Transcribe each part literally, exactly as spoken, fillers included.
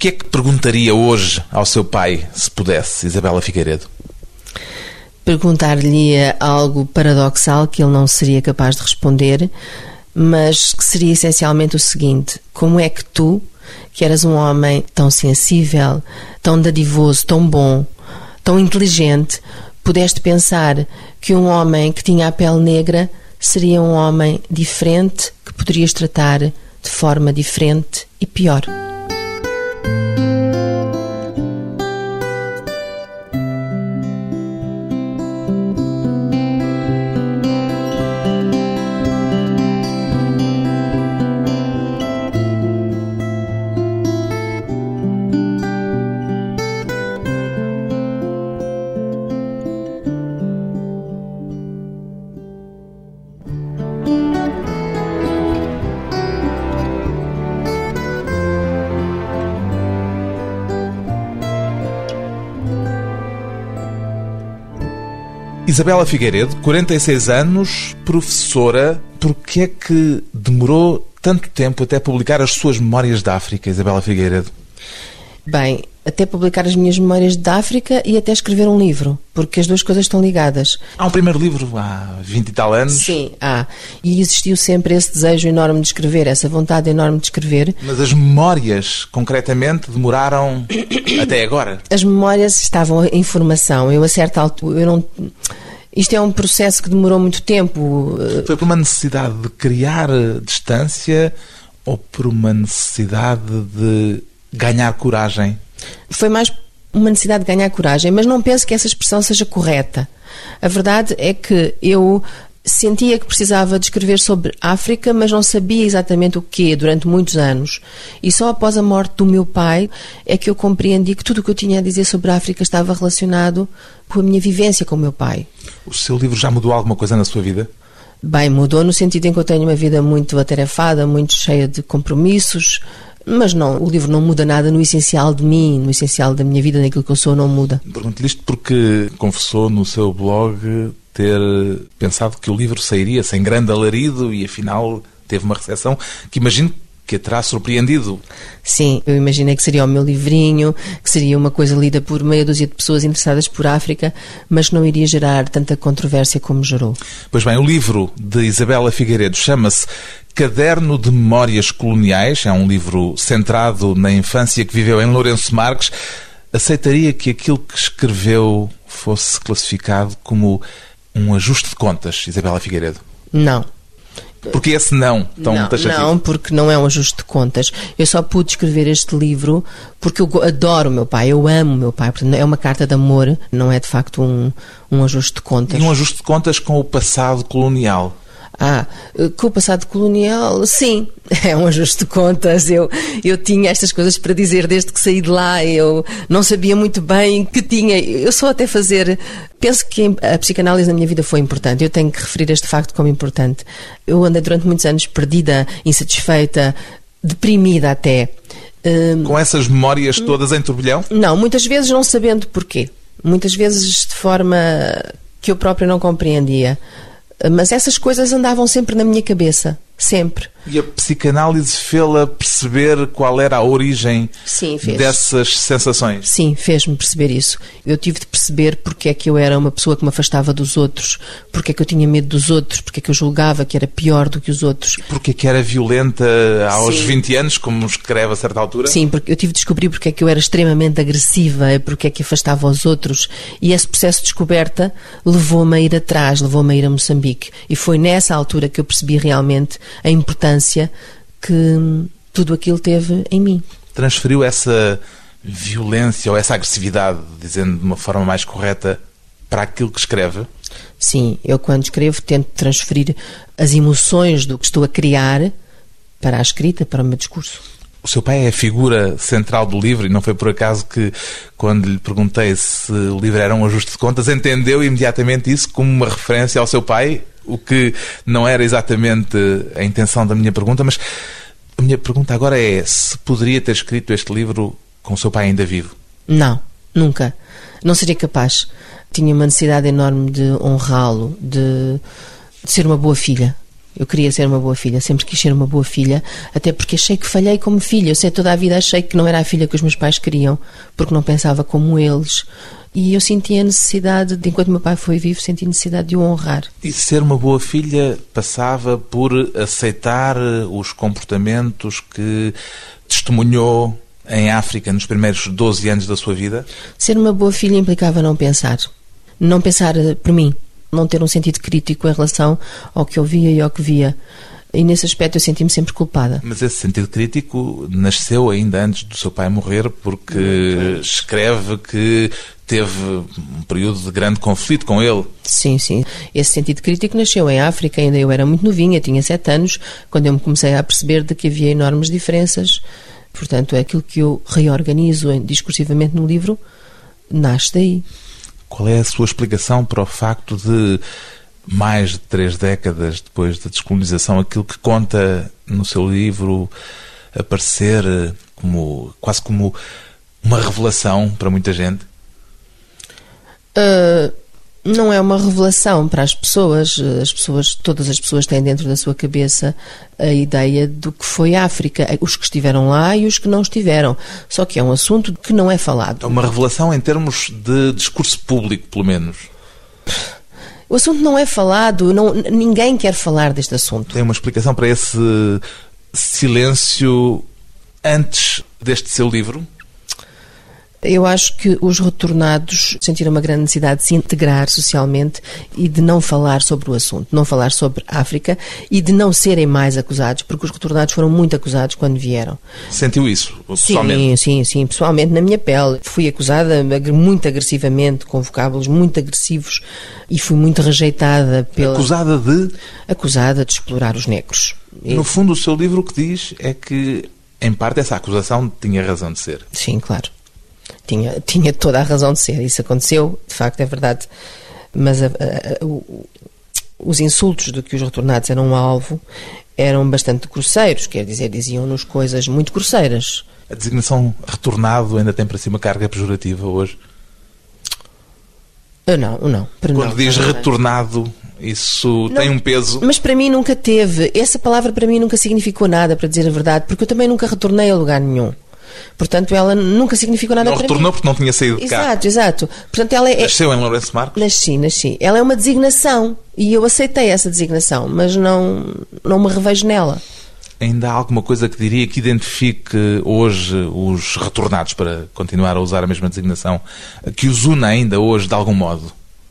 que é que perguntaria hoje ao seu pai, se pudesse, Isabela Figueiredo? Perguntar-lhe algo paradoxal que ele não seria capaz de responder, mas que seria essencialmente o seguinte: como é que tu, que eras um homem tão sensível, tão dadivoso, tão bom, tão inteligente, pudeste pensar que um homem que tinha a pele negra seria um homem diferente, que poderias tratar de forma diferente e pior? Isabela Figueiredo, quarenta e seis anos, professora. Por que é que demorou tanto tempo até publicar as suas Memórias da África, Isabela Figueiredo? Bem, até publicar as minhas Memórias da África e até escrever um livro, porque as duas coisas estão ligadas. Há um primeiro livro há vinte e tal anos. Sim, há. E existiu sempre esse desejo enorme de escrever, essa vontade enorme de escrever. Mas as memórias, concretamente, demoraram até agora? As memórias estavam em formação. Eu, a certa altura, eu não... Isto é um processo que demorou muito tempo. Foi por uma necessidade de criar distância ou por uma necessidade de ganhar coragem? Foi mais uma necessidade de ganhar coragem, mas não penso que essa expressão seja correta. A verdade é que eu sentia que precisava de escrever sobre África, mas não sabia exatamente o quê durante muitos anos. E só após a morte do meu pai é que eu compreendi que tudo o que eu tinha a dizer sobre a África estava relacionado com a minha vivência com o meu pai. O seu livro já mudou alguma coisa na sua vida? Bem, mudou no sentido em que eu tenho uma vida muito atarefada, muito cheia de compromissos, mas não, o livro não muda nada no essencial de mim, no essencial da minha vida, naquilo que eu sou, não muda. Pergunto-lhe isto porque confessou no seu blog ter pensado que o livro sairia sem grande alarido e afinal teve uma recepção que imagino que a terá surpreendido. Sim, eu imaginei que seria o meu livrinho, que seria uma coisa lida por meia dúzia de pessoas interessadas por África, mas não iria gerar tanta controvérsia como gerou. Pois bem, o livro de Isabela Figueiredo chama-se Caderno de Memórias Coloniais, é um livro centrado na infância que viveu em Lourenço Marques. Aceitaria que aquilo que escreveu fosse classificado como um ajuste de contas, Isabela Figueiredo? Não. Porque esse não tão não, taxativo? Não, porque não é um ajuste de contas. Eu só pude escrever este livro porque eu adoro o meu pai, eu amo o meu pai. Portanto, é uma carta de amor, não é de facto um, um ajuste de contas. E um ajuste de contas com o passado colonial? Ah, com o passado colonial, sim, é um ajuste de contas. Eu, eu tinha estas coisas para dizer desde que saí de lá. Eu não sabia muito bem que tinha. Eu só até fazer... Penso que a psicanálise na minha vida foi importante. Eu tenho que referir este facto como importante. Eu andei durante muitos anos perdida, insatisfeita, deprimida até. Com essas memórias todas em turbilhão? Não, muitas vezes não sabendo porquê. Muitas vezes de forma que eu própria não compreendia. Mas essas coisas andavam sempre na minha cabeça, sempre. E a psicanálise fê-la perceber qual era a origem Sim, fez. dessas sensações? Sim, fez-me perceber isso. Eu tive de perceber porque é que eu era uma pessoa que me afastava dos outros, porque é que eu tinha medo dos outros, porque é que eu julgava que era pior do que os outros. Porque é que era violenta aos Sim. vinte anos, como escreve a certa altura? Sim, porque eu tive de descobrir porque é que eu era extremamente agressiva, porque é que afastava os outros. E esse processo de descoberta levou-me a ir atrás, levou-me a ir a Moçambique. E foi nessa altura que eu percebi realmente a importância que tudo aquilo teve em mim. Transferiu essa violência ou essa agressividade, dizendo de uma forma mais correta, para aquilo que escreve? Sim, eu quando escrevo tento transferir as emoções do que estou a criar para a escrita, para o meu discurso. O seu pai é a figura central do livro e não foi por acaso que, quando lhe perguntei se o livro era um ajuste de contas, entendeu imediatamente isso como uma referência ao seu pai? O que não era exatamente a intenção da minha pergunta, mas a minha pergunta agora é se poderia ter escrito este livro com o seu pai ainda vivo? Não, nunca. Não seria capaz. Tinha uma necessidade enorme de honrá-lo, de, de ser uma boa filha. Eu queria ser uma boa filha, sempre quis ser uma boa filha, até porque achei que falhei como filha. Eu sei, toda a vida achei que não era a filha que os meus pais queriam, porque não pensava como eles. E eu sentia a necessidade, de, enquanto meu pai foi vivo, senti a necessidade de o honrar. E ser uma boa filha passava por aceitar os comportamentos que testemunhou em África nos primeiros doze anos da sua vida? Ser uma boa filha implicava não pensar. Não pensar por mim. Não ter um sentido crítico em relação ao que eu via e ao que via. E nesse aspecto eu senti-me sempre culpada. Mas esse sentido crítico nasceu ainda antes do seu pai morrer, porque escreve que teve um período de grande conflito com ele. Sim, sim. Esse sentido crítico nasceu em África, ainda eu era muito novinha, tinha sete anos, quando eu me comecei a perceber de que havia enormes diferenças. Portanto, é aquilo que eu reorganizo discursivamente no livro, nasce daí. Qual é a sua explicação para o facto de, mais de três décadas depois da descolonização, aquilo que conta no seu livro aparecer como, quase como uma revelação para muita gente? Uh, não é uma revelação para as pessoas. As pessoas, todas as pessoas têm dentro da sua cabeça a ideia do que foi a África, os que estiveram lá e os que não estiveram. Só que é um assunto que não é falado. É uma revelação em termos de discurso público, pelo menos. O assunto não é falado, não, ninguém quer falar deste assunto. Tem uma explicação para esse silêncio antes deste seu livro? Eu acho que os retornados sentiram uma grande necessidade de se integrar socialmente e de não falar sobre o assunto, não falar sobre a África e de não serem mais acusados, porque os retornados foram muito acusados quando vieram. Sentiu isso, pessoalmente? Sim, sim, sim, pessoalmente, na minha pele. Fui acusada muito agressivamente, com vocábulos muito agressivos, e fui muito rejeitada pela... Acusada de? Acusada de explorar os negros. No fundo, o seu livro o que diz é que, em parte, essa acusação tinha razão de ser. Sim, claro. Tinha, tinha toda a razão de ser. Isso aconteceu, de facto, é verdade. Mas a, a, a, o, os insultos de que os retornados eram um alvo eram bastante grosseiros, quer dizer, diziam-nos coisas muito grosseiras. A designação retornado ainda tem para si uma carga pejorativa hoje? Eu não, não. Quando não, diz não, retornado, isso não, tem um peso? Mas para mim nunca teve. Essa palavra para mim nunca significou nada, para dizer a verdade, porque eu também nunca retornei a lugar nenhum. Portanto, ela nunca significou nada não para mim. Não retornou porque não tinha saído de cá. Exato, exato. Portanto, ela é... Nasceu em Lourenço Marques? Nasci, nasci. Ela é uma designação e eu aceitei essa designação, mas não, não me revejo nela. Ainda há alguma coisa que diria que identifique hoje os retornados, para continuar a usar a mesma designação, que os une ainda hoje de algum modo?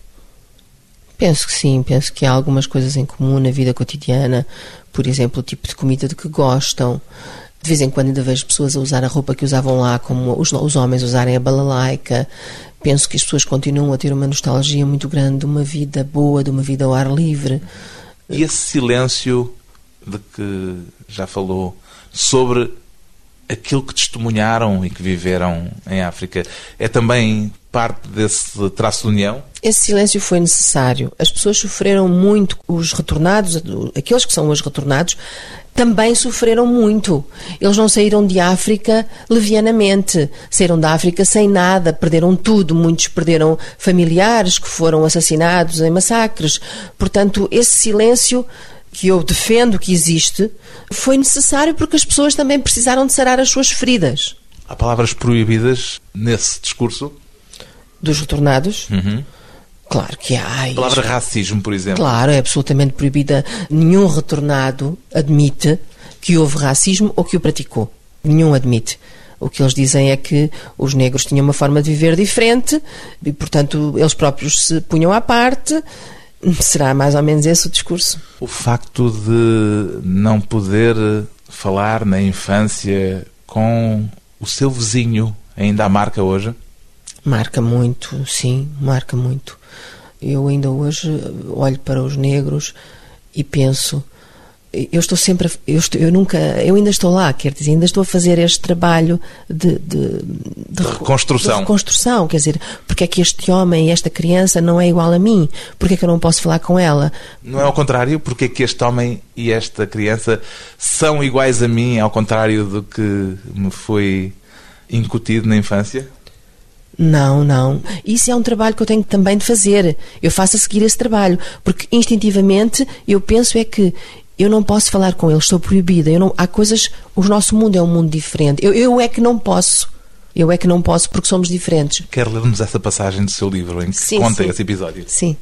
Penso que sim, penso que há algumas coisas em comum na vida cotidiana, por exemplo, o tipo de comida de que gostam. De vez em quando ainda vejo pessoas a usar a roupa que usavam lá, como os, os homens usarem a balalaica. Penso que as pessoas continuam a ter uma nostalgia muito grande de uma vida boa, de uma vida ao ar livre. E esse silêncio de que já falou sobre aquilo que testemunharam e que viveram em África, é também parte desse traço de união? Esse silêncio foi necessário. As pessoas sofreram muito. Os retornados, aqueles que são os retornados, também sofreram muito. Eles não saíram de África levianamente. Saíram da África sem nada, perderam tudo. Muitos perderam familiares que foram assassinados em massacres. Portanto, esse silêncio que eu defendo que existe foi necessário porque as pessoas também precisaram de sarar as suas feridas. Há palavras proibidas nesse discurso? Dos retornados? Uhum. Claro que há. A palavra racismo, por exemplo. Claro, é absolutamente proibida. Nenhum retornado admite que houve racismo ou que o praticou. Nenhum admite. O que eles dizem é que os negros tinham uma forma de viver diferente e, portanto, eles próprios se punham à parte. Será mais ou menos esse o discurso. O facto de não poder falar na infância com o seu vizinho ainda a marca hoje? Marca muito, sim, marca muito. Eu ainda hoje olho para os negros e penso, eu estou sempre, a, eu, estou, eu nunca, eu ainda estou lá, quer dizer, ainda estou a fazer este trabalho de, de, de, de reconstrução. De reconstrução, quer dizer, porque é que este homem e esta criança não é igual a mim? Porque é que eu não posso falar com ela? Não é ao contrário? Porque é que este homem e esta criança são iguais a mim, ao contrário do que me foi incutido na infância? Não, não. Isso é um trabalho que eu tenho também de fazer. Eu faço a seguir esse trabalho, porque instintivamente eu penso é que Eu não posso falar com ele, estou proibida. Eu não, há coisas... O nosso mundo é um mundo diferente. Eu, eu é que não posso. Eu é que não posso porque somos diferentes. Quer ler-nos essa passagem do seu livro em que sim, conta sim. esse episódio? Sim.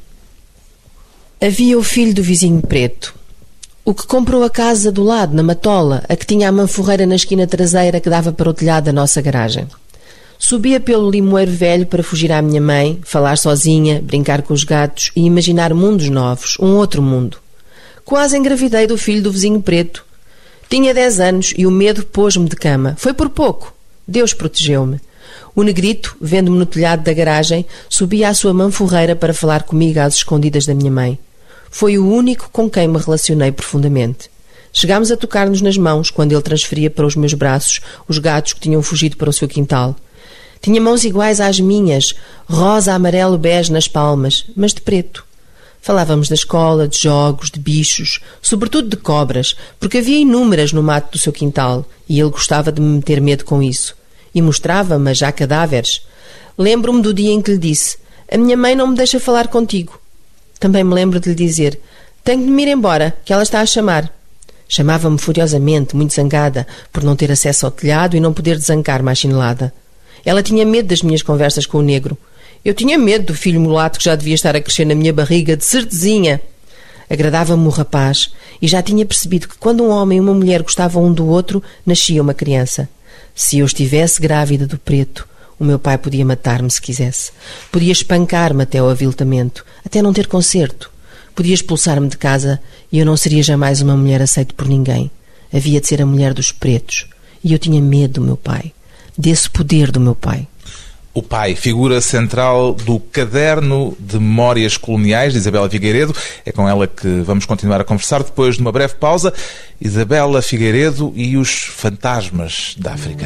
Havia o filho do vizinho preto, o que comprou a casa do lado, na Matola, a que tinha a manforreira na esquina traseira que dava para o telhado da nossa garagem. Subia pelo limoeiro velho para fugir à minha mãe, falar sozinha, brincar com os gatos e imaginar mundos novos, um outro mundo. Quase engravidei do filho do vizinho preto. Tinha dez anos e o medo pôs-me de cama. Foi por pouco. Deus protegeu-me. O negrito, vendo-me no telhado da garagem, subia à sua manforreira para falar comigo às escondidas da minha mãe. Foi o único com quem me relacionei profundamente. Chegámos a tocar-nos nas mãos quando ele transferia para os meus braços os gatos que tinham fugido para o seu quintal. Tinha mãos iguais às minhas, rosa, amarelo, bege nas palmas, mas de preto. Falávamos da escola, de jogos, de bichos, sobretudo de cobras, porque havia inúmeras no mato do seu quintal e ele gostava de me meter medo com isso. E mostrava-me já cadáveres. Lembro-me do dia em que lhe disse: a minha mãe não me deixa falar contigo. Também me lembro de lhe dizer: tenho de me ir embora, que ela está a chamar. Chamava-me furiosamente, muito zangada, por não ter acesso ao telhado e não poder desancar-me à chinelada. Ela tinha medo das minhas conversas com o negro. Eu tinha medo do filho mulato que já devia estar a crescer na minha barriga, de certezinha. Agradava-me o rapaz e já tinha percebido que quando um homem e uma mulher gostavam um do outro, nascia uma criança. Se eu estivesse grávida do preto, o meu pai podia matar-me se quisesse. Podia espancar-me até ao aviltamento, até não ter conserto. Podia expulsar-me de casa e eu não seria jamais uma mulher aceita por ninguém. Havia de ser a mulher dos pretos. E eu tinha medo do meu pai, desse poder do meu pai. O pai, figura central do Caderno de Memórias Coloniais, de Isabela Figueiredo. É com ela que vamos continuar a conversar depois de uma breve pausa. Isabela Figueiredo e os fantasmas da África.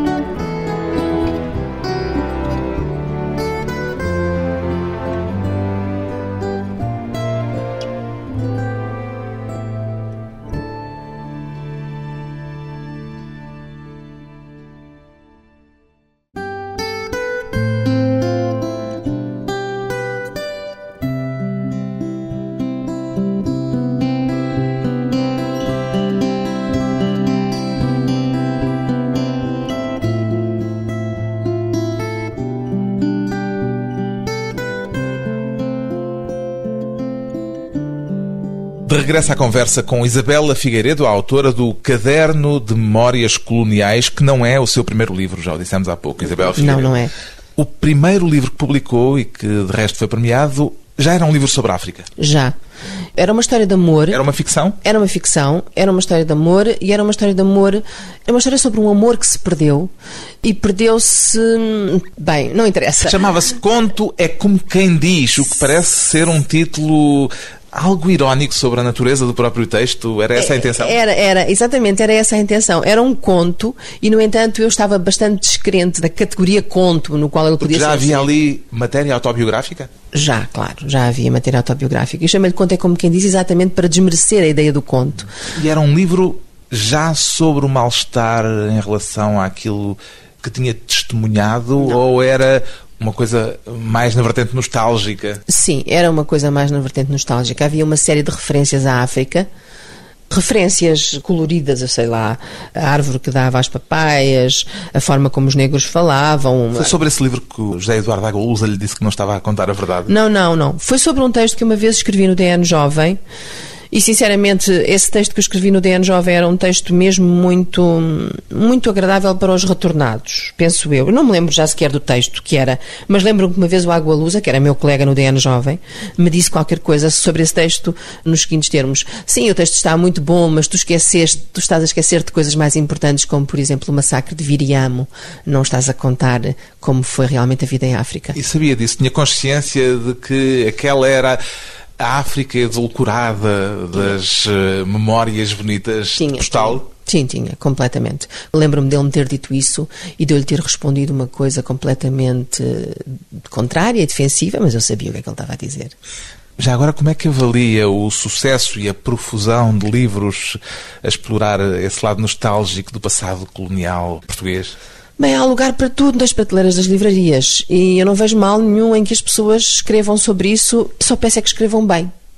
De regresso à conversa com Isabela Figueiredo, a autora do Caderno de Memórias Coloniais, que não é o seu primeiro livro, já o dissemos há pouco, Isabela Figueiredo. Não, não é. O primeiro livro que publicou e que de resto foi premiado já era um livro sobre a África? Já. Era uma história de amor. Era uma ficção? Era uma ficção, era uma história de amor e era uma história de amor, era uma história sobre um amor que se perdeu e perdeu-se... Bem, não interessa. Chamava-se Conto é Como Quem Diz, o que parece ser um título... algo irónico sobre a natureza do próprio texto? Era essa a intenção? Era, era, exatamente, era essa a intenção. Era um conto e, no entanto, eu estava bastante descrente da categoria conto no qual ele podia ser. Já havia assim. ali matéria autobiográfica? Já, claro, já havia matéria autobiográfica. Eu chamei-lhe Conto é Como Quem Diz exatamente para desmerecer a ideia do conto. E era um livro já sobre o mal-estar em relação àquilo que tinha testemunhado? Não. Ou era... uma coisa mais na vertente nostálgica? Sim, era uma coisa mais na vertente nostálgica. Havia uma série de referências à África, referências coloridas, eu sei lá, a árvore que dava às papaias, a forma como os negros falavam. Foi sobre esse livro que o José Eduardo Agualusa lhe disse que não estava a contar a verdade? Não, não, não. Foi sobre um texto que uma vez escrevi no D N Jovem. E, sinceramente, esse texto que eu escrevi no D N Jovem era um texto mesmo muito, muito agradável para os retornados, penso eu. Eu não me lembro já sequer do texto que era, mas lembro-me que uma vez o Agualusa, que era meu colega no D N Jovem, me disse qualquer coisa sobre esse texto nos seguintes termos: sim, o texto está muito bom, mas tu esqueceste, tu estás a esquecer de coisas mais importantes, como, por exemplo, o massacre de Viriamo. Não estás a contar como foi realmente a vida em África. E sabia disso? Tinha consciência de que aquela era... a África edulcorada das uh, memórias bonitas tinha, de postal? Tinha, sim, tinha, completamente. Lembro-me dele me ter dito isso e de eu lhe ter respondido uma coisa completamente contrária e defensiva, mas eu sabia o que é que ele estava a dizer. Já agora, como é que avalia o sucesso e a profusão de livros a explorar esse lado nostálgico do passado colonial português? Bem, há lugar para tudo nas prateleiras das livrarias e eu não vejo mal nenhum em que as pessoas escrevam sobre isso, só peço é que escrevam bem.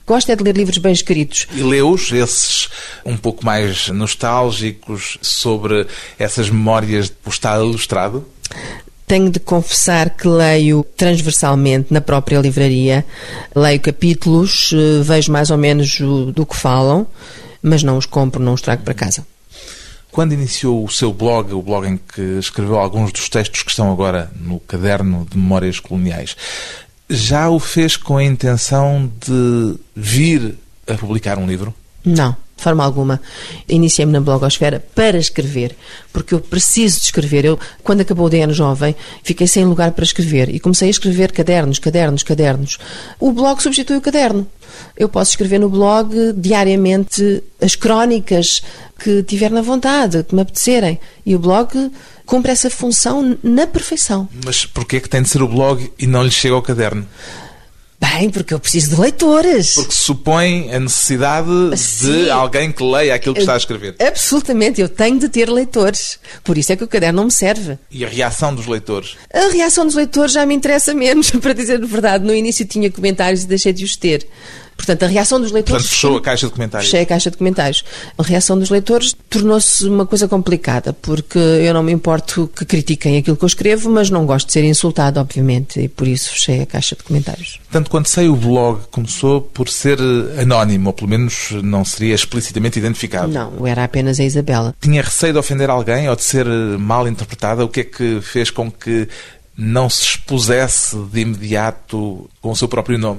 Gosto é de ler livros bem escritos. E leu-os, esses um pouco mais nostálgicos, sobre essas memórias de postal ilustrado? Tenho de confessar que leio transversalmente na própria livraria. Leio capítulos, vejo mais ou menos do que falam, mas não os compro, não os trago para casa. Quando iniciou o seu blog, o blog em que escreveu alguns dos textos que estão agora no caderno de Memórias Coloniais, já o fez com a intenção de vir a publicar um livro? Não, de forma alguma. Iniciei-me na blogosfera para escrever, porque eu preciso de escrever. Eu, quando acabou o D N Jovem, fiquei sem lugar para escrever e comecei a escrever cadernos, cadernos, cadernos. O blog substitui o caderno. Eu posso escrever no blog diariamente as crónicas que tiver na vontade, que me apetecerem. E o blog cumpre essa função na perfeição. Mas porquê é que tem de ser o blog e não lhe chega ao caderno? Bem, porque eu preciso de leitores. Porque supõe a necessidade Sim. de alguém que leia aquilo que está a escrever. Absolutamente, eu tenho de ter leitores. Por isso é que o caderno não me serve. E a reação dos leitores? A reação dos leitores já me interessa menos, para dizer a verdade. No início tinha comentários e deixei de os ter. Portanto, a reação dos leitores... Portanto, fechou a caixa de comentários. Fechei a caixa de comentários. A reação dos leitores tornou-se uma coisa complicada, porque eu não me importo que critiquem aquilo que eu escrevo, mas não gosto de ser insultado, obviamente, e por isso fechei a caixa de comentários. Tanto quando sei, o blog começou por ser anónimo, ou pelo menos não seria explicitamente identificado. Não, era apenas a Isabela. Tinha receio de ofender alguém ou de ser mal interpretada? O que é que fez com que não se expusesse de imediato com o seu próprio nome?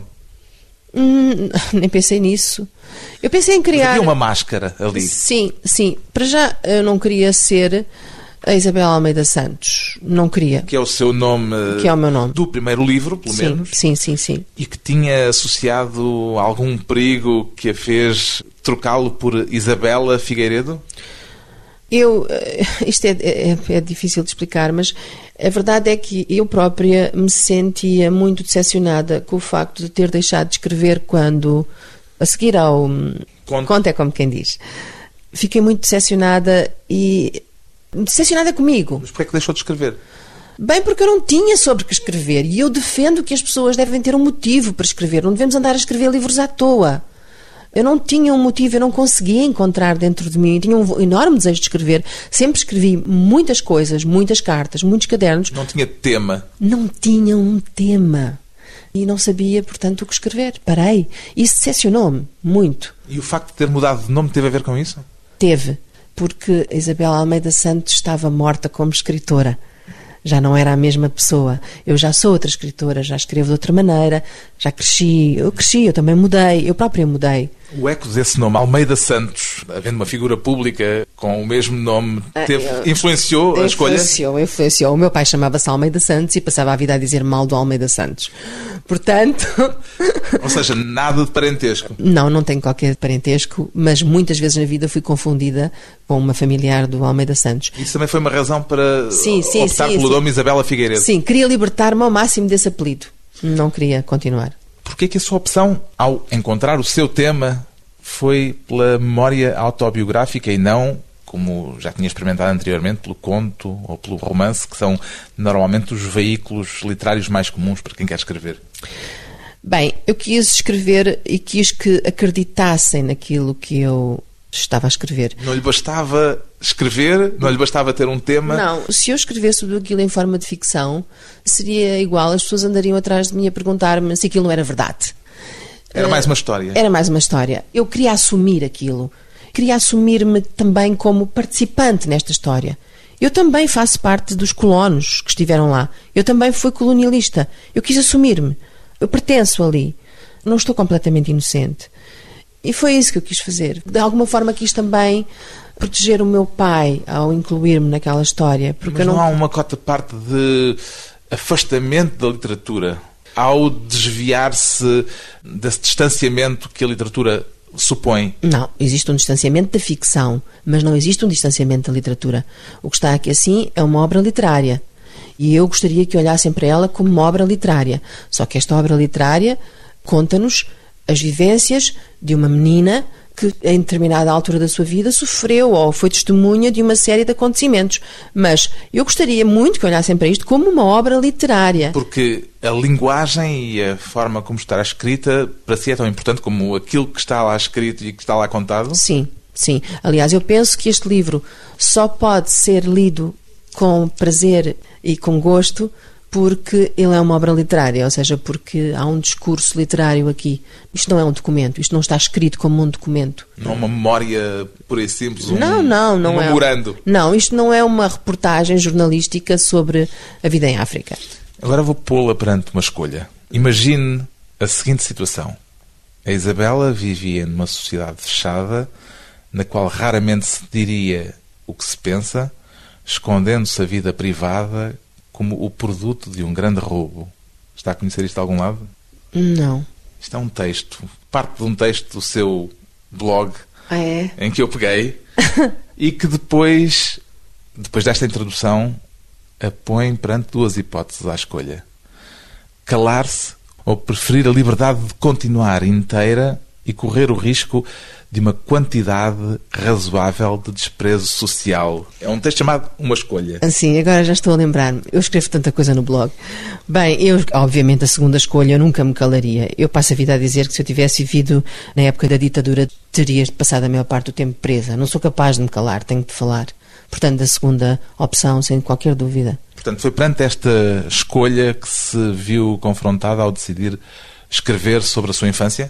Hum, nem pensei nisso. Eu pensei em criar... Mas havia uma máscara ali. Sim, sim. Para já eu não queria ser a Isabela Almeida Santos. Não queria. Que é o seu nome... Que é o meu nome. Do primeiro livro, pelo sim, menos. Sim, sim, sim. E que tinha associado algum perigo que a fez trocá-lo por Isabela Figueiredo? Eu... Isto é, é, é difícil de explicar, mas a verdade é que eu própria me sentia muito decepcionada com o facto de ter deixado de escrever quando... A seguir ao... Conto. Conto é como quem diz. Fiquei muito decepcionada e... Decepcionada comigo. Mas porquê é que deixou de escrever? Bem, porque eu não tinha sobre o que escrever. E eu defendo que as pessoas devem ter um motivo para escrever. Não devemos andar a escrever livros à toa. Eu não tinha um motivo, eu não conseguia encontrar dentro de mim. Eu tinha um enorme desejo de escrever. Sempre escrevi muitas coisas, muitas cartas, muitos cadernos. Não tinha tema? Não tinha um tema. E não sabia, portanto, o que escrever. Parei. Isso decepcionou-me muito. E o facto de ter mudado de nome teve a ver com isso? Teve. Porque a Isabela Almeida Santos estava morta como escritora. Já não era a mesma pessoa. Eu já sou outra escritora, já escrevo de outra maneira, já cresci. Eu cresci, eu também mudei, eu própria mudei. O eco desse nome, Almeida Santos, havendo uma figura pública com o mesmo nome, teve, eu, influenciou a escolha? Influenciou, influenciou. O meu pai chamava-se Almeida Santos e passava a vida a dizer mal do Almeida Santos. Portanto... Ou seja, nada de parentesco? Não, não tenho qualquer parentesco, mas muitas vezes na vida fui confundida com uma familiar do Almeida Santos. Isso também foi uma razão para sim, sim, optar sim, pelo sim. nome Isabela Figueiredo? Sim, queria libertar-me ao máximo desse apelido. Não queria continuar. Porquê que a sua opção, ao encontrar o seu tema, foi pela memória autobiográfica e não, como já tinha experimentado anteriormente, pelo conto ou pelo romance, que são normalmente os veículos literários mais comuns para quem quer escrever? Bem, eu quis escrever e quis que acreditassem naquilo que eu estava a escrever. Não lhe bastava escrever? Não lhe bastava ter um tema? Não, se eu escrevesse tudo aquilo em forma de ficção, seria igual, as pessoas andariam atrás de mim a perguntar-me se aquilo não era verdade. Era mais uma história? Era mais uma história. Eu queria assumir aquilo. Queria assumir-me também como participante nesta história. Eu também faço parte dos colonos que estiveram lá. Eu também fui colonialista. Eu quis assumir-me. Eu pertenço ali. Não estou completamente inocente. E foi isso que eu quis fazer. De alguma forma quis também proteger o meu pai ao incluir-me naquela história. Porque Mas eu não... não há uma cota parte de afastamento da literatura ao desviar-se desse distanciamento que a literatura supõe? Não, existe um distanciamento da ficção, mas não existe um distanciamento da literatura. O que está aqui assim é uma obra literária. E eu gostaria que olhassem para ela como uma obra literária. Só que esta obra literária conta-nos as vivências de uma menina que em determinada altura da sua vida sofreu ou foi testemunha de uma série de acontecimentos. Mas eu gostaria muito que olhassem para isto como uma obra literária. Porque a linguagem e a forma como está escrita para si é tão importante como aquilo que está lá escrito e que está lá contado? Sim, sim. Aliás, eu penso que este livro só pode ser lido com prazer e com gosto porque ele é uma obra literária, ou seja, porque há um discurso literário aqui. Isto não é um documento, isto não está escrito como um documento. Não é uma memória pura e simples, um, não, não, não um é. memorando. Não, isto não é uma reportagem jornalística sobre a vida em África. Agora vou pô-la perante uma escolha. Imagine a seguinte situação. A Isabela vivia numa sociedade fechada, na qual raramente se diria o que se pensa, escondendo-se a vida privada como o produto de um grande roubo. Está a conhecer isto de algum lado? Não. Isto é um texto, parte de um texto do seu blog, ah, é? em que eu peguei, e que depois, depois desta introdução, a põe perante duas hipóteses à escolha. Calar-se ou preferir a liberdade de continuar inteira e correr o risco de uma quantidade razoável de desprezo social. É um texto chamado Uma Escolha. Sim, agora já estou a lembrar-me. Eu escrevo tanta coisa no blog. Bem, eu, obviamente, a segunda escolha eu nunca me calaria. Eu passo a vida a dizer que se eu tivesse vivido na época da ditadura, teria passado a maior parte do tempo presa. Não sou capaz de me calar, tenho de falar. Portanto, a segunda opção, sem qualquer dúvida. Portanto, foi perante esta escolha que se viu confrontada ao decidir escrever sobre a sua infância?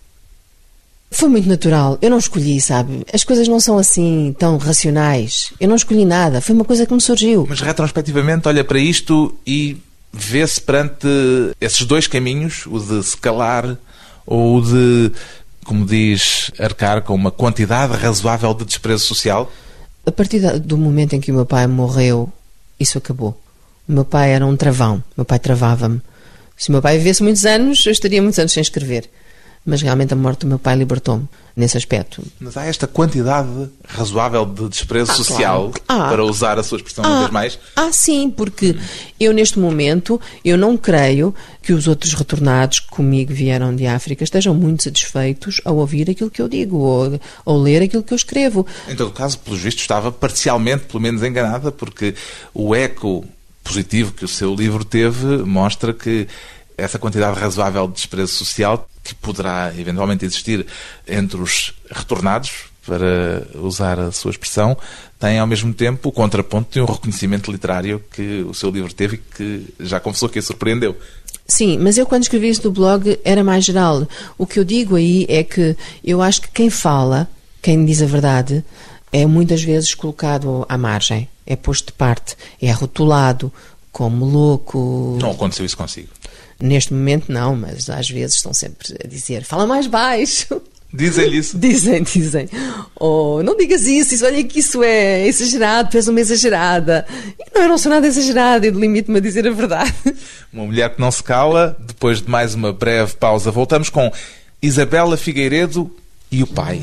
Foi muito natural. Eu não escolhi, sabe? As coisas não são assim tão racionais. Eu não escolhi nada. Foi uma coisa que me surgiu. Mas retrospectivamente olha para isto e vê-se perante esses dois caminhos, o de se calar ou o de, como diz, arcar com uma quantidade razoável de desprezo social? A partir do momento em que o meu pai morreu, isso acabou. O meu pai era um travão. O meu pai travava-me. Se o meu pai vivesse muitos anos, eu estaria muitos anos sem escrever. Mas realmente a morte do meu pai libertou-me nesse aspecto. Mas há esta quantidade razoável de desprezo ah, social, claro. ah, para usar a sua expressão ah, uma vez mais? Ah, sim, porque hum. eu neste momento, eu não creio que os outros retornados que comigo vieram de África estejam muito satisfeitos ao ouvir aquilo que eu digo ou, ou ler aquilo que eu escrevo. Em todo caso, pelos vistos, estava parcialmente, pelo menos, enganada, porque o eco positivo que o seu livro teve mostra que essa quantidade razoável de desprezo social que poderá eventualmente existir entre os retornados, para usar a sua expressão, tem ao mesmo tempo o contraponto de um reconhecimento literário que o seu livro teve e que já confessou que a surpreendeu. Sim, mas eu quando escrevi isso no blog era mais geral. O que eu digo aí é que eu acho que quem fala, quem diz a verdade, é muitas vezes colocado à margem, é posto de parte, é rotulado como louco. Não aconteceu isso consigo? Neste momento não, mas às vezes estão sempre a dizer, fala mais baixo. Dizem-lhe isso? Dizem, dizem. Oh, não digas isso, isso, olha que isso é exagerado, tu és uma exagerada. E não, eu não sou nada exagerada, eu limito-me a dizer a verdade. Uma mulher que não se cala. Depois de mais uma breve pausa, voltamos com Isabela Figueiredo e o pai.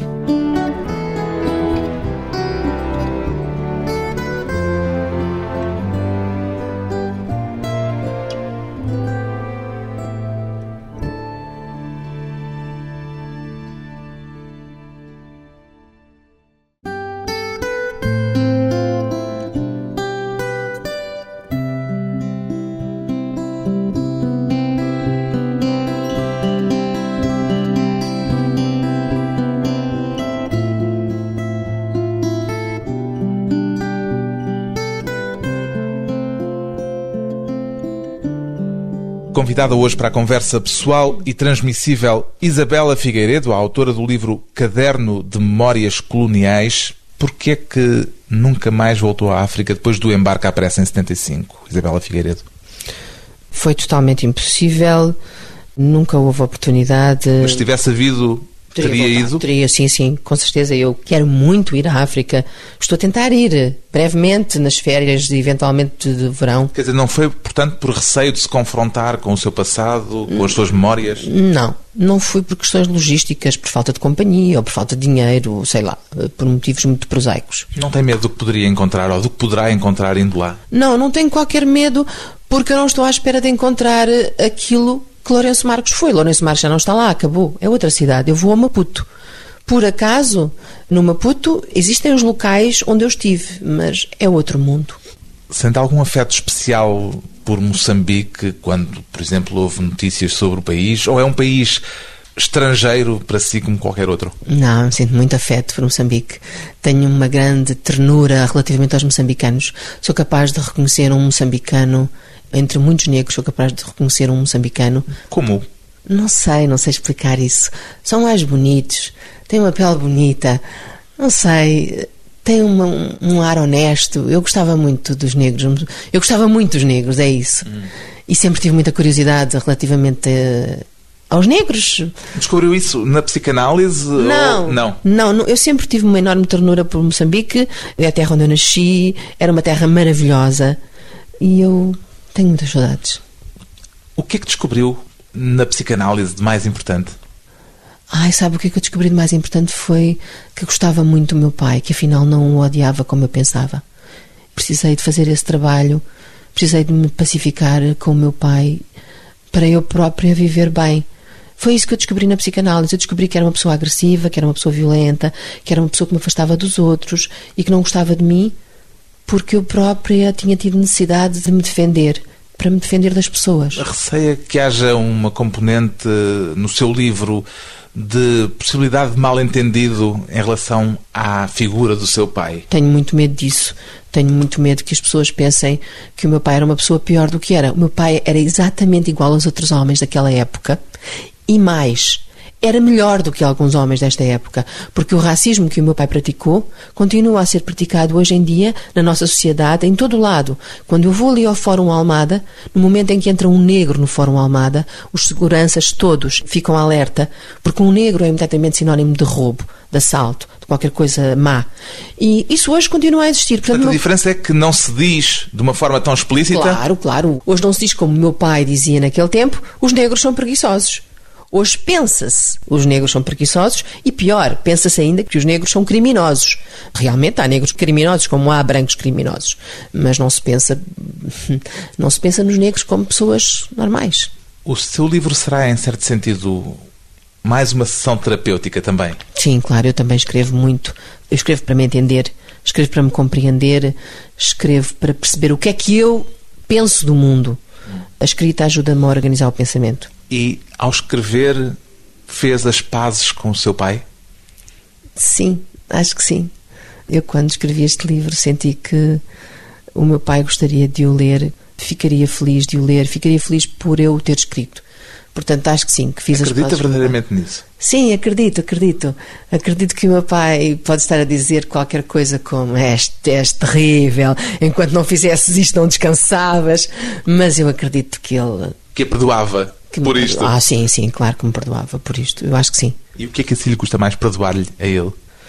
Convidada hoje para a conversa pessoal e transmissível Isabela Figueiredo, a autora do livro Caderno de Memórias Coloniais. Porquê é que nunca mais voltou à África depois do embarque à pressa em setenta e cinco, Isabela Figueiredo? Foi totalmente impossível, nunca houve oportunidade. Mas se tivesse havido, teria, teria ido? Teria, sim, sim, com certeza. Eu quero muito ir à África. Estou a tentar ir brevemente nas férias, eventualmente de verão. Quer dizer, não foi, portanto, por receio de se confrontar com o seu passado, com as suas memórias? Não, não fui por questões logísticas, por falta de companhia ou por falta de dinheiro, sei lá, por motivos muito prosaicos. Não tem medo do que poderia encontrar ou do que poderá encontrar indo lá? Não, não tenho qualquer medo, porque eu não estou à espera de encontrar aquilo que Lourenço Marques foi. Lourenço Marques já não está lá, acabou. É outra cidade. Eu vou a Maputo. Por acaso, no Maputo, existem os locais onde eu estive, mas é outro mundo. Sente algum afeto especial por Moçambique quando, por exemplo, houve notícias sobre o país? Ou é um país estrangeiro para si como qualquer outro? Não, sinto muito afeto por Moçambique. Tenho uma grande ternura relativamente aos moçambicanos. Sou capaz de reconhecer um moçambicano, entre muitos negros, sou capaz de reconhecer um moçambicano. Como? Não sei, não sei explicar isso. São mais bonitos, têm uma pele bonita, não sei, têm uma, um, um ar honesto. Eu gostava muito dos negros, eu gostava muito dos negros, é isso. Hum. E sempre tive muita curiosidade relativamente a, aos negros. Descobriu isso na psicanálise? Não, ou... não, não, eu sempre tive uma enorme ternura por Moçambique, é a terra onde eu nasci, era uma terra maravilhosa e eu tenho muitas saudades. O que é que descobriu na psicanálise de mais importante? Ai, sabe o que é que eu descobri de mais importante? Foi que gostava muito do meu pai, que afinal não o odiava como eu pensava. Precisei de fazer esse trabalho, precisei de me pacificar com o meu pai para eu própria viver bem. Foi isso que eu descobri na psicanálise. Eu descobri que era uma pessoa agressiva, que era uma pessoa violenta, que era uma pessoa que me afastava dos outros e que não gostava de mim porque eu própria tinha tido necessidade de me defender, para me defender das pessoas. Receia que haja uma componente no seu livro de possibilidade de mal-entendido em relação à figura do seu pai? Tenho muito medo disso. Tenho muito medo que as pessoas pensem que o meu pai era uma pessoa pior do que era. O meu pai era exatamente igual aos outros homens daquela época e mais, era melhor do que alguns homens desta época, porque o racismo que o meu pai praticou continua a ser praticado hoje em dia na nossa sociedade, em todo o lado. Quando eu vou ali ao Fórum Almada, no momento em que entra um negro no Fórum Almada, os seguranças todos ficam alerta, porque um negro é imediatamente sinónimo de roubo, de assalto, de qualquer coisa má. E isso hoje continua a existir. Portanto, Portanto a diferença é que não se diz de uma forma tão explícita. Claro, claro. Hoje não se diz como o meu pai dizia naquele tempo, os negros são preguiçosos. Hoje pensa-se, os negros são preguiçosos e pior, pensa-se ainda que os negros são criminosos. Realmente há negros criminosos como há brancos criminosos, mas não se pensa, não se pensa nos negros como pessoas normais. O seu livro será, em certo sentido, mais uma sessão terapêutica também? Sim, claro, eu também escrevo muito. Eu escrevo para me entender, escrevo para me compreender, escrevo para perceber o que é que eu penso do mundo. A escrita ajuda-me a organizar o pensamento. E, ao escrever, fez as pazes com o seu pai? Sim, acho que sim. Eu, quando escrevi este livro, senti que o meu pai gostaria de o ler, ficaria feliz de o ler, ficaria feliz por eu o ter escrito. Portanto, acho que sim, que fiz Acredita as pazes. Acredita verdadeiramente nisso? Sim, acredito, acredito. Acredito que o meu pai pode estar a dizer qualquer coisa como és, és terrível, enquanto não fizesses isto não descansavas, mas eu acredito que ele... Que a perdoava por isto? Perdoava. Ah, sim, sim, claro que me perdoava por isto, eu acho que sim. E o que é que assim lhe custa mais perdoar-lhe a ele?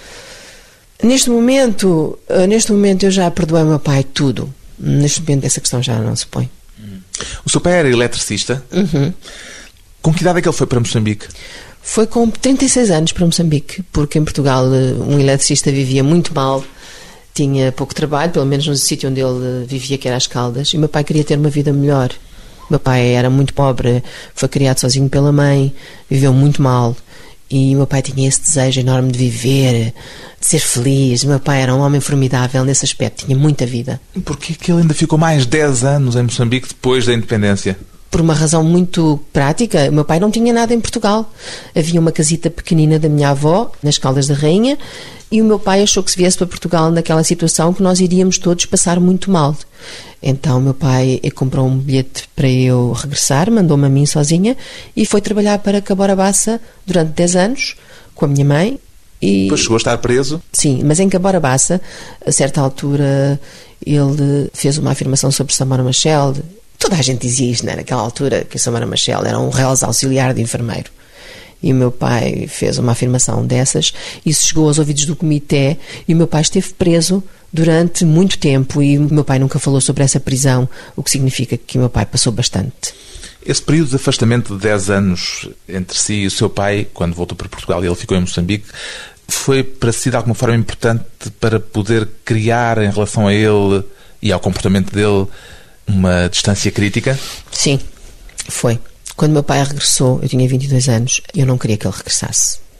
Neste momento, neste momento eu já perdoei o meu pai tudo. Neste momento essa questão já não se põe. O seu pai era eletricista? Uhum. Com que idade é que ele foi para Moçambique? Foi com trinta e seis anos para Moçambique, porque em Portugal um eletricista vivia muito mal, tinha pouco trabalho, pelo menos no sítio onde ele vivia, que era as Caldas, e o meu pai queria ter uma vida melhor. O meu pai era muito pobre, foi criado sozinho pela mãe, viveu muito mal, e o meu pai tinha esse desejo enorme de viver, de ser feliz. O meu pai era um homem formidável nesse aspecto, tinha muita vida. Porquê que ele ainda ficou mais dez anos em Moçambique depois da independência? Por uma razão muito prática. O meu pai não tinha nada em Portugal. Havia uma casita pequenina da minha avó, nas Caldas da Rainha, e o meu pai achou que se viesse para Portugal naquela situação que nós iríamos todos passar muito mal. Então o meu pai comprou um bilhete para eu regressar, mandou-me a mim sozinha e foi trabalhar para Caborabaça durante dez anos com a minha mãe. E... Depois chegou a estar preso? Sim, mas em Caborabaça, a certa altura, ele fez uma afirmação sobre Samora Machel. Toda a gente dizia isto, né? Naquela altura, que a Samora Machel era um reles auxiliar de enfermeiro. E o meu pai fez uma afirmação dessas, isso chegou aos ouvidos do comitê, e o meu pai esteve preso durante muito tempo, e o meu pai nunca falou sobre essa prisão, o que significa que o meu pai passou bastante. Esse período de afastamento de dez anos entre si e o seu pai, quando voltou para Portugal e ele ficou em Moçambique, foi para si de alguma forma importante para poder criar em relação a ele e ao comportamento dele uma distância crítica? Sim, foi. Quando meu pai regressou, eu tinha vinte e dois anos, eu não queria que ele regressasse.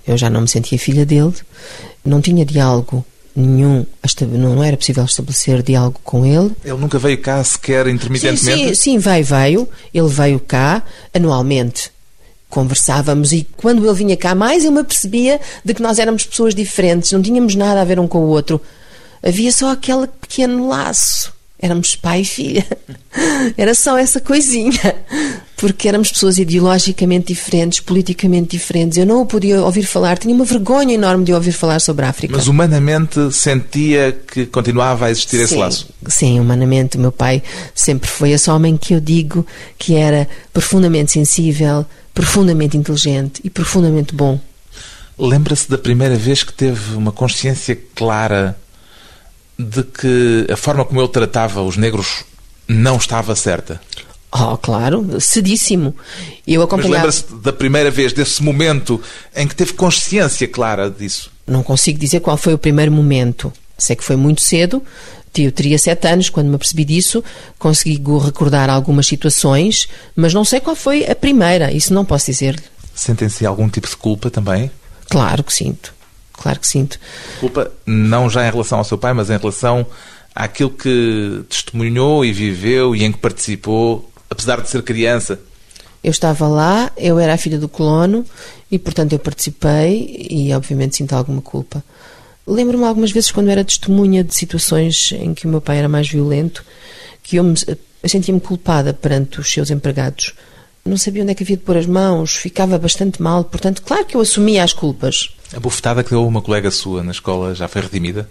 Eu já não me sentia filha dele, não tinha diálogo nenhum, não era possível estabelecer diálogo com ele. Ele nunca veio cá sequer intermitentemente? Sim, sim, sim, veio, veio. Ele veio cá anualmente. Conversávamos e quando ele vinha cá mais eu me apercebia de que nós éramos pessoas diferentes, não tínhamos nada a ver um com o outro. Havia só aquele pequeno laço. Éramos pai e filha. Era só essa coisinha. Porque éramos pessoas ideologicamente diferentes, politicamente diferentes. Eu não o podia ouvir falar. Tinha uma vergonha enorme de ouvir falar sobre a África. Mas humanamente sentia que continuava a existir sim, esse laço? Sim, humanamente. O meu pai sempre foi esse homem que eu digo que era profundamente sensível, profundamente inteligente e profundamente bom. Lembra-se da primeira vez que teve uma consciência clara de que a forma como ele tratava os negros não estava certa? Oh, claro, cedíssimo. Eu acompanhava... Mas lembra-se da primeira vez, desse momento em que teve consciência clara disso? Não consigo dizer qual foi o primeiro momento. Sei que foi muito cedo. Eu teria sete anos quando me apercebi disso. Consigo recordar algumas situações, mas não sei qual foi a primeira. Isso não posso dizer-lhe. Sentem-se algum tipo de culpa também? Claro que sinto. Claro que sinto. Culpa não já em relação ao seu pai, mas em relação àquilo que testemunhou e viveu e em que participou, apesar de ser criança. Eu estava lá, eu era a filha do colono e, portanto, eu participei e, obviamente, sinto alguma culpa. Lembro-me algumas vezes, quando era testemunha de situações em que o meu pai era mais violento, que eu, me, eu sentia-me culpada perante os seus empregados. Não sabia onde é que havia de pôr as mãos, ficava bastante mal, portanto, claro que eu assumia as culpas. A bofetada que deu uma colega sua na escola já foi redimida?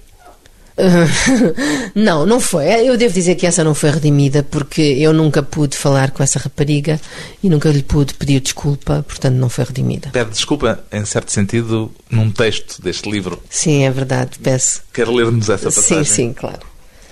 Uh, não, não foi. Eu devo dizer que essa não foi redimida, porque eu nunca pude falar com essa rapariga e nunca lhe pude pedir desculpa, portanto não foi redimida. Pede desculpa, em certo sentido, num texto deste livro. Sim, é verdade, peço. Quer ler-nos essa passagem? Sim, sim, claro.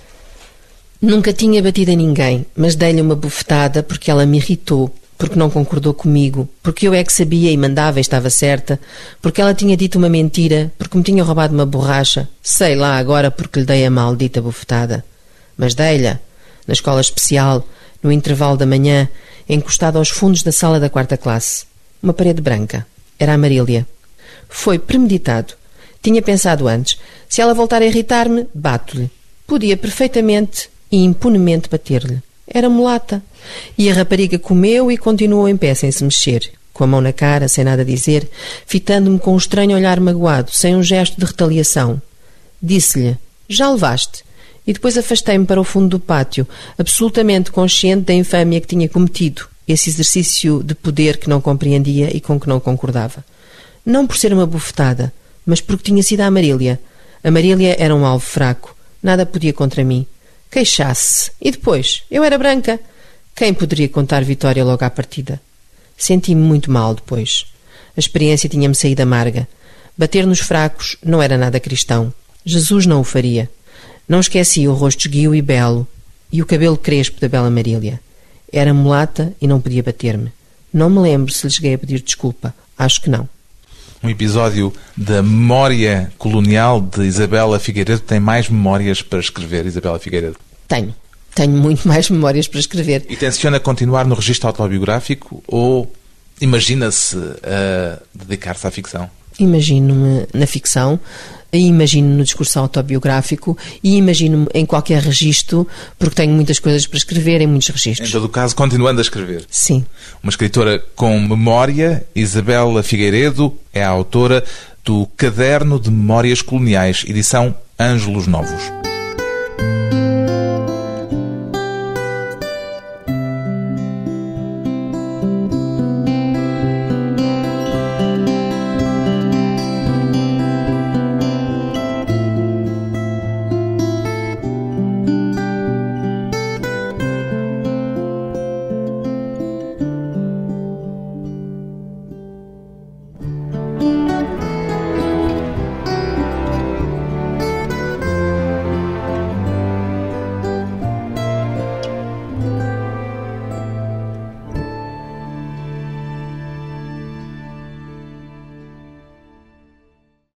Nunca tinha batido em ninguém, mas dei-lhe uma bofetada porque ela me irritou, porque não concordou comigo, porque eu é que sabia e mandava e estava certa, porque ela tinha dito uma mentira, porque me tinha roubado uma borracha, sei lá agora porque lhe dei a maldita bofetada. Mas dei-lhe, na escola especial, no intervalo da manhã, encostada aos fundos da sala da quarta classe. Uma parede branca. Era a Marília. Foi premeditado. Tinha pensado antes, se ela voltar a irritar-me, bato-lhe. Podia perfeitamente e impunemente bater-lhe. Era mulata. E a rapariga comeu e continuou em pé sem se mexer, com a mão na cara, sem nada dizer, fitando-me com um estranho olhar magoado, sem um gesto de retaliação. Disse-lhe, já levaste. E depois afastei-me para o fundo do pátio, absolutamente consciente da infâmia que tinha cometido, esse exercício de poder que não compreendia e com que não concordava. Não por ser uma bofetada, mas porque tinha sido a Marília. A Marília era um alvo fraco, nada podia contra mim. Queixasse-se. E depois? Eu era branca. Quem poderia contar vitória logo à partida? Senti-me muito mal depois. A experiência tinha-me saído amarga. Bater nos fracos não era nada cristão. Jesus não o faria. Não esqueci o rosto esguio e belo e o cabelo crespo da bela Marília. Era mulata e não podia bater-me. Não me lembro se lhe cheguei a pedir desculpa. Acho que não. Um episódio da memória colonial de Isabela Figueiredo. Tem mais memórias para escrever, Isabela Figueiredo? Tenho. Tenho muito mais memórias para escrever. E tenciona continuar no registro autobiográfico ou imagina-se a dedicar-se à ficção? Imagino-me na ficção, imagino-me no discurso autobiográfico e imagino-me em qualquer registro, porque tenho muitas coisas para escrever em muitos registros. Em todo o caso, continuando a escrever. Sim. Uma escritora com memória, Isabela Figueiredo é a autora do Caderno de Memórias Coloniais, edição Ângelos Novos.